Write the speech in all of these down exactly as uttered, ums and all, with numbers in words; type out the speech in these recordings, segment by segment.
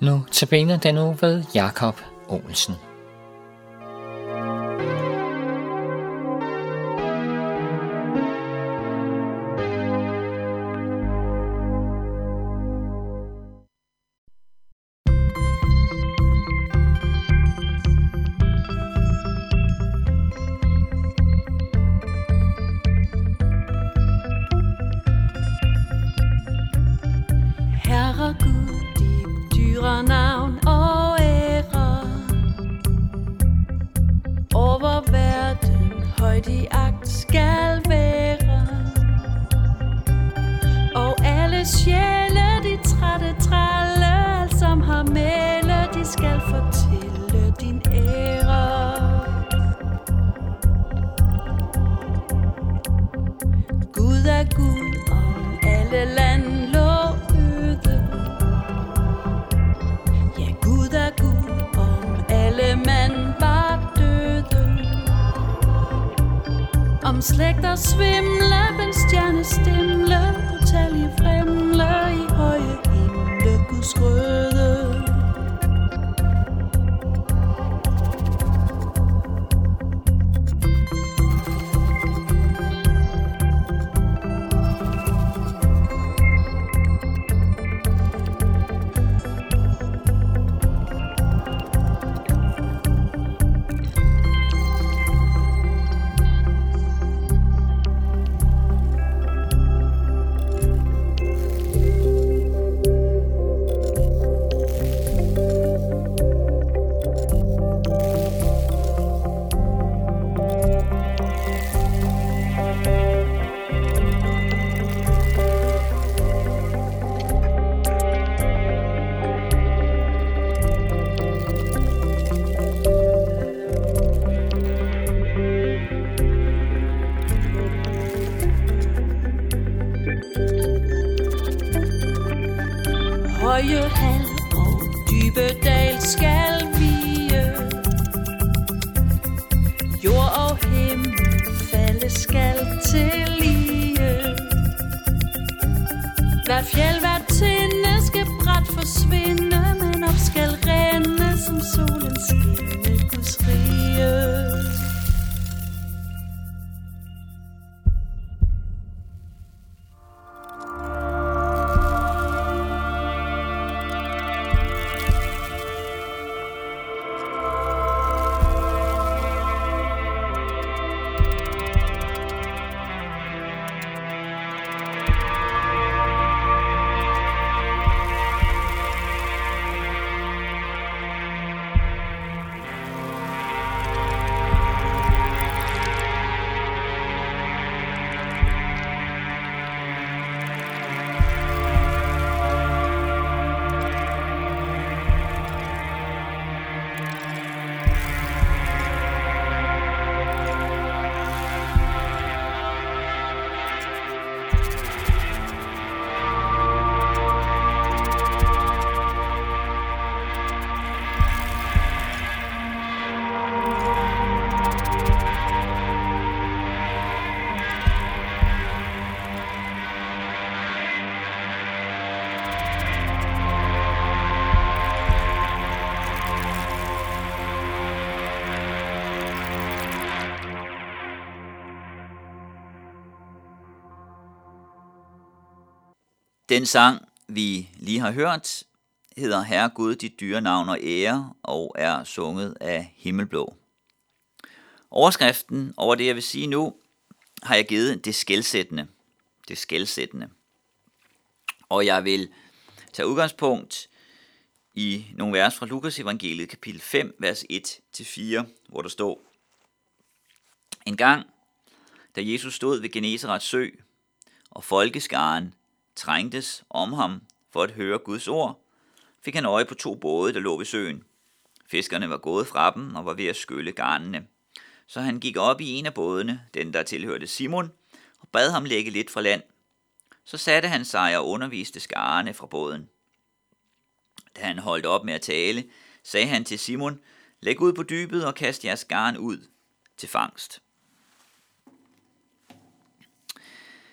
Nu tabiner den nu ved Jakob Olsen. Herre Gud, dit dyre navn og ære, over verden højt i agt skal være, og alle sjæle, de trætte trælle, alt som har mæle, de skal fortælle din ære. Gud er Gud om alle land lå øde. Ja, Gud er Gud om alle mand var døde. Om slægter svimle, men stjerne stimle, utallige fremle i høje himle, Guds røde. Høje hal og dybe dal skal vige, jord og himmel falde skal til lige. Hvert fjeld, hvert tinde skal brat forsvinde, men op skal rende som solen skinne Guds rige. Den sang, vi lige har hørt, hedder Herre Gud, dit dyre navn og ære, og er sunget af Himmelblå. Overskriften over det, jeg vil sige nu, har jeg givet det skelsættende. Det skelsættende. Og jeg vil tage udgangspunkt i nogle vers fra Lukas evangeliet, kapitel fem, vers et til fire, hvor der står: En gang, da Jesus stod ved Genesarets sø, og folkeskaren trængtes om ham for at høre Guds ord, fik han øje på to både, der lå ved søen. Fiskerne var gået fra dem og var ved at skylle garnene. Så han gik op i en af bådene, den der tilhørte Simon, og bad ham lægge lidt fra land. Så satte han sig og underviste skarne fra båden. Da han holdt op med at tale, sagde han til Simon: Læg ud på dybet og kast jeres garn ud til fangst.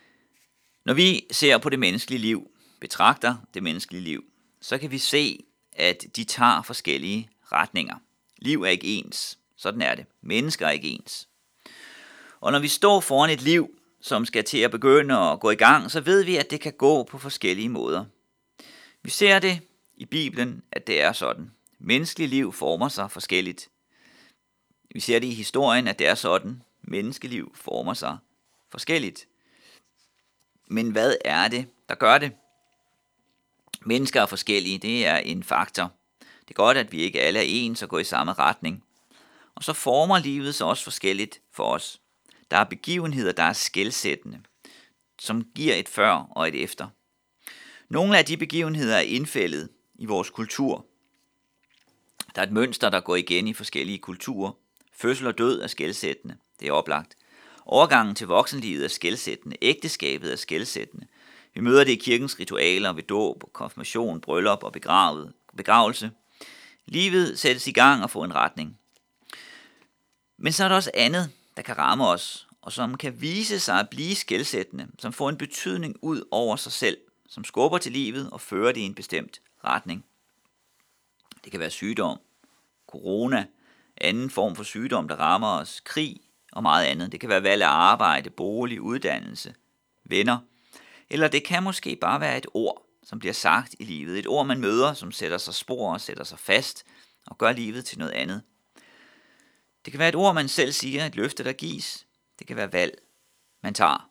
Når vi ser på det menneskelige liv, betragter det menneskelige liv, så kan vi se, at de tager forskellige retninger. Liv er ikke ens. Sådan er det. Mennesker er ikke ens. Og når vi står foran et liv, som skal til at begynde at gå i gang, så ved vi, at det kan gå på forskellige måder. Vi ser det i Bibelen, at det er sådan. Menneskelig liv former sig forskelligt. Vi ser det i historien, at det er sådan. Menneskeliv former sig forskelligt. Men hvad er det, der gør det? Mennesker er forskellige, det er en faktor. Det er godt, at vi ikke alle er ens og går i samme retning. Og så former livet sig også forskelligt for os. Der er begivenheder, der er skelsættende, som giver et før og et efter. Nogle af de begivenheder er indfældet i vores kultur. Der er et mønster, der går igen i forskellige kulturer. Fødsel og død er skelsættende, det er oplagt. Overgangen til voksenlivet er skelsættende, ægteskabet er skelsættende. Vi møder det i kirkens ritualer ved dåb, konfirmation, bryllup og begravelse. Livet sættes i gang og får en retning. Men så er der også andet, der kan ramme os, og som kan vise sig at blive skelsættende, som får en betydning ud over sig selv, som skubber til livet og fører det i en bestemt retning. Det kan være sygdom, corona, anden form for sygdom, der rammer os, krig og meget andet. Det kan være valg af arbejde, bolig, uddannelse, venner. Eller det kan måske bare være et ord, som bliver sagt i livet. Et ord, man møder, som sætter sig spor og sætter sig fast og gør livet til noget andet. Det kan være et ord, man selv siger, et løfte, der gives. Det kan være valg, man tager.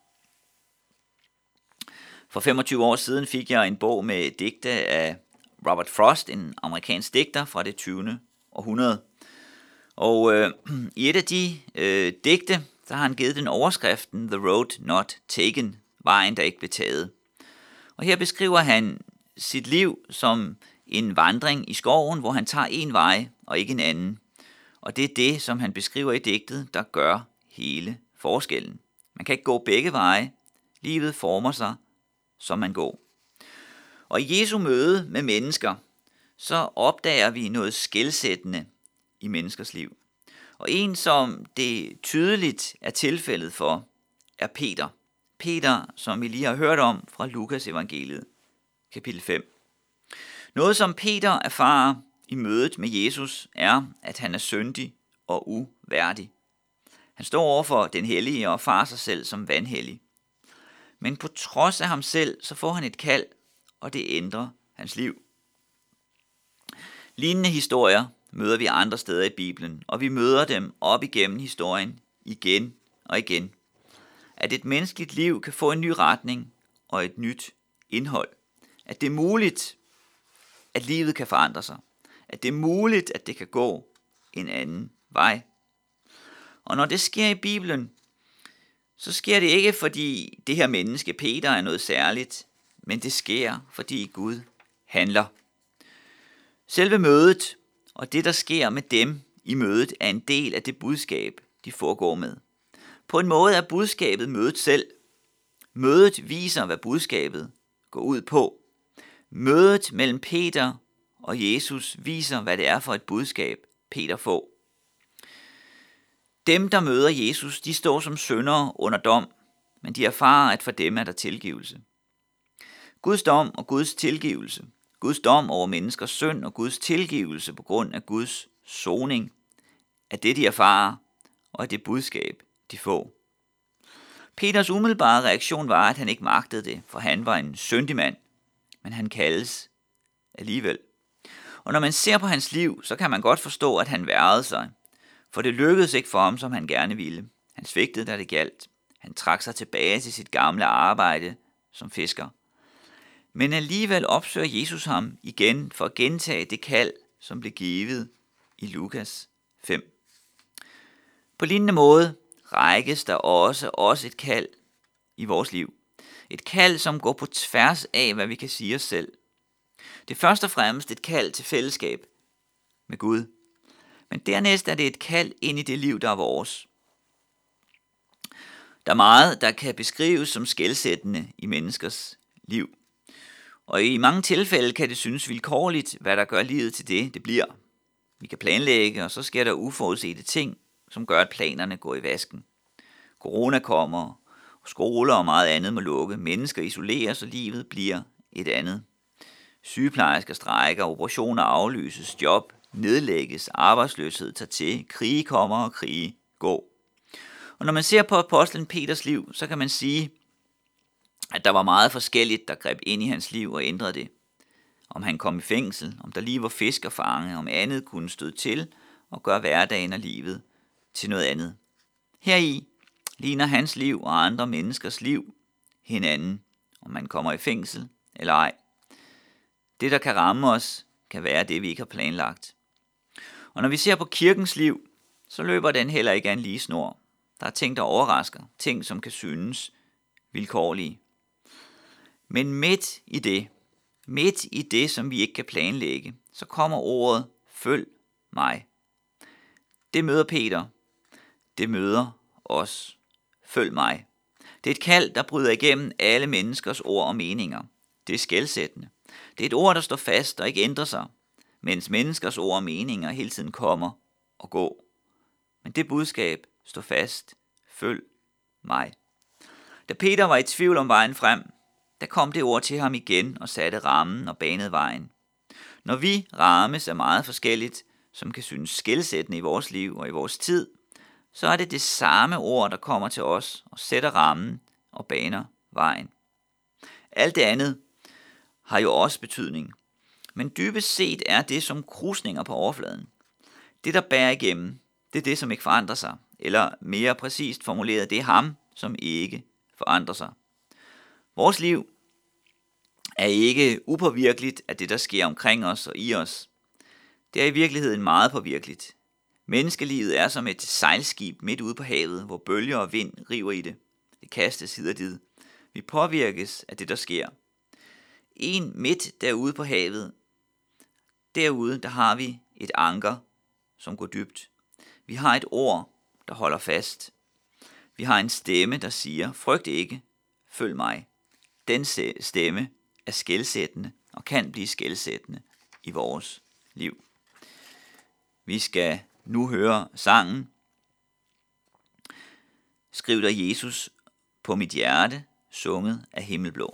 For femogtyve år siden fik jeg en bog med digte af Robert Frost, en amerikansk digter fra det tyvende århundrede. Og øh, i et af de øh, digte, der har han givet den overskriften The Road Not Taken, vejen der ikke blev taget. Og her beskriver han sit liv som en vandring i skoven, hvor han tager en vej og ikke en anden. Og det er det, som han beskriver i digtet, der gør hele forskellen. Man kan ikke gå begge veje. Livet former sig, som man går. Og i Jesu møde med mennesker, så opdager vi noget skelsættende i menneskers liv. Og en, som det tydeligt er tilfældet for, er Peter. Peter, som vi lige har hørt om fra Lukas evangeliet, kapitel fem. Noget, som Peter erfarer i mødet med Jesus, er, at han er syndig og uværdig. Han står overfor den hellige og erfarer sig selv som vanhellig. Men på trods af ham selv, så får han et kald, og det ændrer hans liv. Lignende historier møder vi andre steder i Bibelen, og vi møder dem op igennem historien igen og igen. At et menneskeligt liv kan få en ny retning og et nyt indhold. At det er muligt, at livet kan forandre sig. At det er muligt, at det kan gå en anden vej. Og når det sker i Bibelen, så sker det ikke, fordi det her menneske, Peter, er noget særligt, men det sker, fordi Gud handler. Selve mødet og det, der sker med dem i mødet, er en del af det budskab, de foregår med. På en måde er budskabet mødet selv. Mødet viser, hvad budskabet går ud på. Mødet mellem Peter og Jesus viser, hvad det er for et budskab, Peter får. Dem, der møder Jesus, de står som syndere under dom, men de erfarer, at for dem er der tilgivelse. Guds dom og Guds tilgivelse. Guds dom over menneskers synd og Guds tilgivelse på grund af Guds soning er det, de erfarer, og er det budskab, de får. Peters umiddelbare reaktion var, at han ikke magtede det, for han var en syndig mand, men han kaldes alligevel. Og når man ser på hans liv, så kan man godt forstå, at han værrede sig, for det lykkedes ikke for ham, som han gerne ville. Han svigtede, da det gjaldt. Han trak sig tilbage til sit gamle arbejde som fisker. Men alligevel opsøger Jesus ham igen for at gentage det kald, som blev givet i Lukas fem. På lignende måde rækkes der også, også et kald i vores liv. Et kald, som går på tværs af, hvad vi kan sige os selv. Det er først og fremmest et kald til fællesskab med Gud. Men dernæst er det et kald ind i det liv, der er vores. Der er meget, der kan beskrives som skelsættende i menneskers liv. Og i mange tilfælde kan det synes vilkårligt, hvad der gør livet til det, det bliver. Vi kan planlægge, og så sker der uforudsete ting, som gør, at planerne går i vasken. Corona kommer, og skoler og meget andet må lukke. Mennesker isoleres, og livet bliver et andet. Sygeplejersker strækker, operationer aflyses, job nedlægges, arbejdsløshed tager til, krige kommer og krige går. Og når man ser på apostlen Peters liv, så kan man sige, at der var meget forskelligt, der greb ind i hans liv og ændrede det. Om han kom i fængsel, om der lige var fiskerfange, om andet kunne støde til og gøre hverdagen og livet til noget andet. Heri ligner hans liv og andre menneskers liv hinanden, om man kommer i fængsel eller ej. Det, der kan ramme os, kan være det, vi ikke har planlagt. Og når vi ser på kirkens liv, så løber den heller ikke af en lige snor. Der er ting, der overrasker, ting, som kan synes vilkårlige. Men midt i det, midt i det, som vi ikke kan planlægge, så kommer ordet, følg mig. Det møder Peter. Det møder os. Følg mig. Det er et kald, der bryder igennem alle menneskers ord og meninger. Det er skelsættende. Det er et ord, der står fast og ikke ændrer sig, mens menneskers ord og meninger hele tiden kommer og går. Men det budskab står fast. Følg mig. Da Peter var i tvivl om vejen frem, der kom det ord til ham igen og satte rammen og banede vejen. Når vi rammes af meget forskelligt, som kan synes skelsættende i vores liv og i vores tid, så er det det samme ord, der kommer til os og sætter rammen og baner vejen. Alt det andet har jo også betydning, men dybest set er det som krusninger på overfladen. Det, der bærer igennem, det er det, som ikke forandrer sig, eller mere præcist formuleret, det er ham, som ikke forandrer sig. Vores liv er ikke upåvirkeligt af det, der sker omkring os og i os. Det er i virkeligheden meget påvirkeligt. Menneskelivet er som et sejlskib midt ude på havet, hvor bølger og vind river i det. Det kastes hid og did. Vi påvirkes af det, der sker. En midt derude på havet. Derude, der har vi et anker, som går dybt. Vi har et ord, der holder fast. Vi har en stemme, der siger, frygt ikke, følg mig. Den stemme er skelsættende og kan blive skelsættende i vores liv. Vi skal nu høre sangen. Skriv dig Jesus på mit hjerte, sunget af Himmelblå.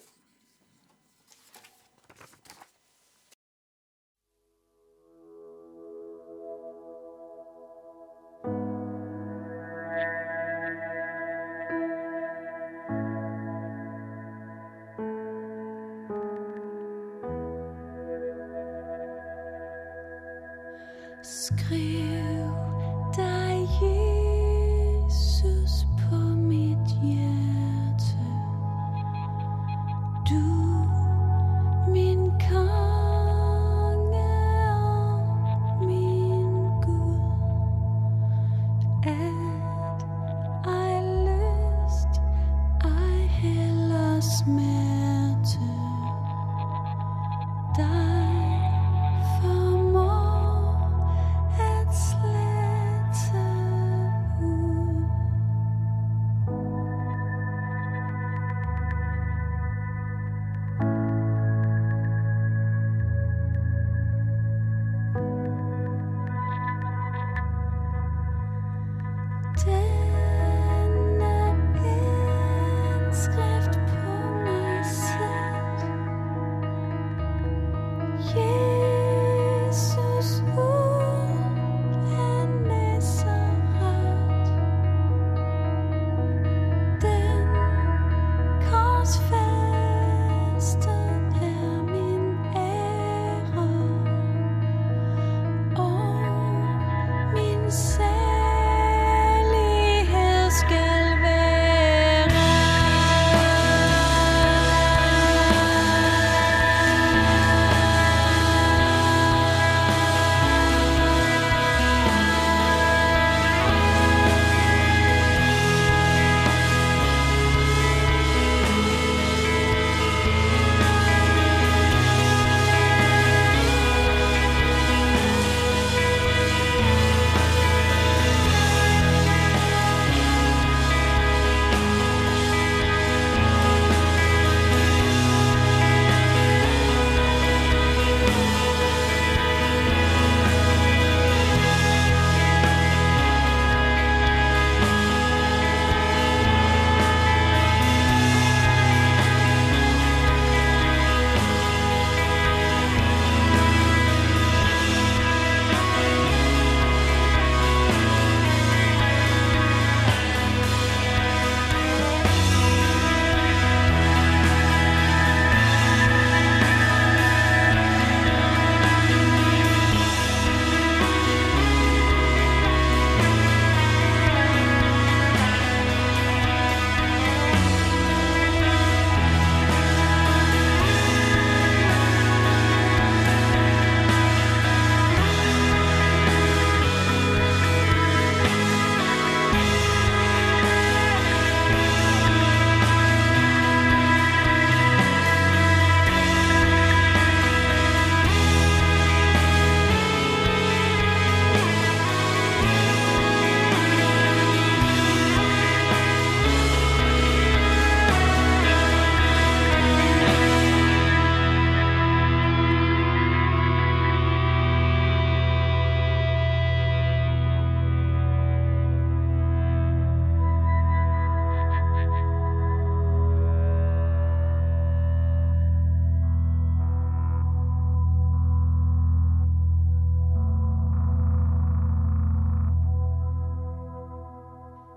Skriv dig Jesus på mit hjerte, du min konge og min Gud, at ej lyst, ej heller smerte, dig formår at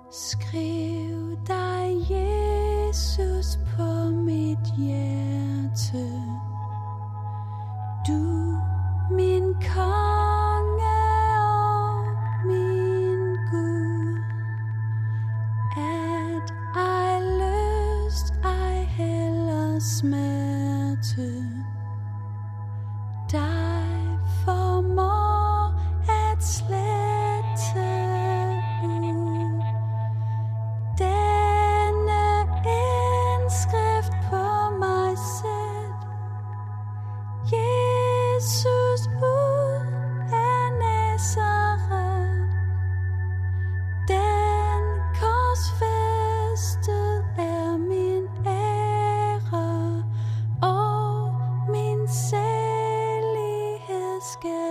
Skriv dig, Jesus, på mit hjerte. Du, min konge og min Gud. At ej lyst, ej heller smerte dig formår at slette ud. Denne indskrift på mig sæt, Jesus ud af Nazaret. Den korsfæstet er min ære, og min salighed skal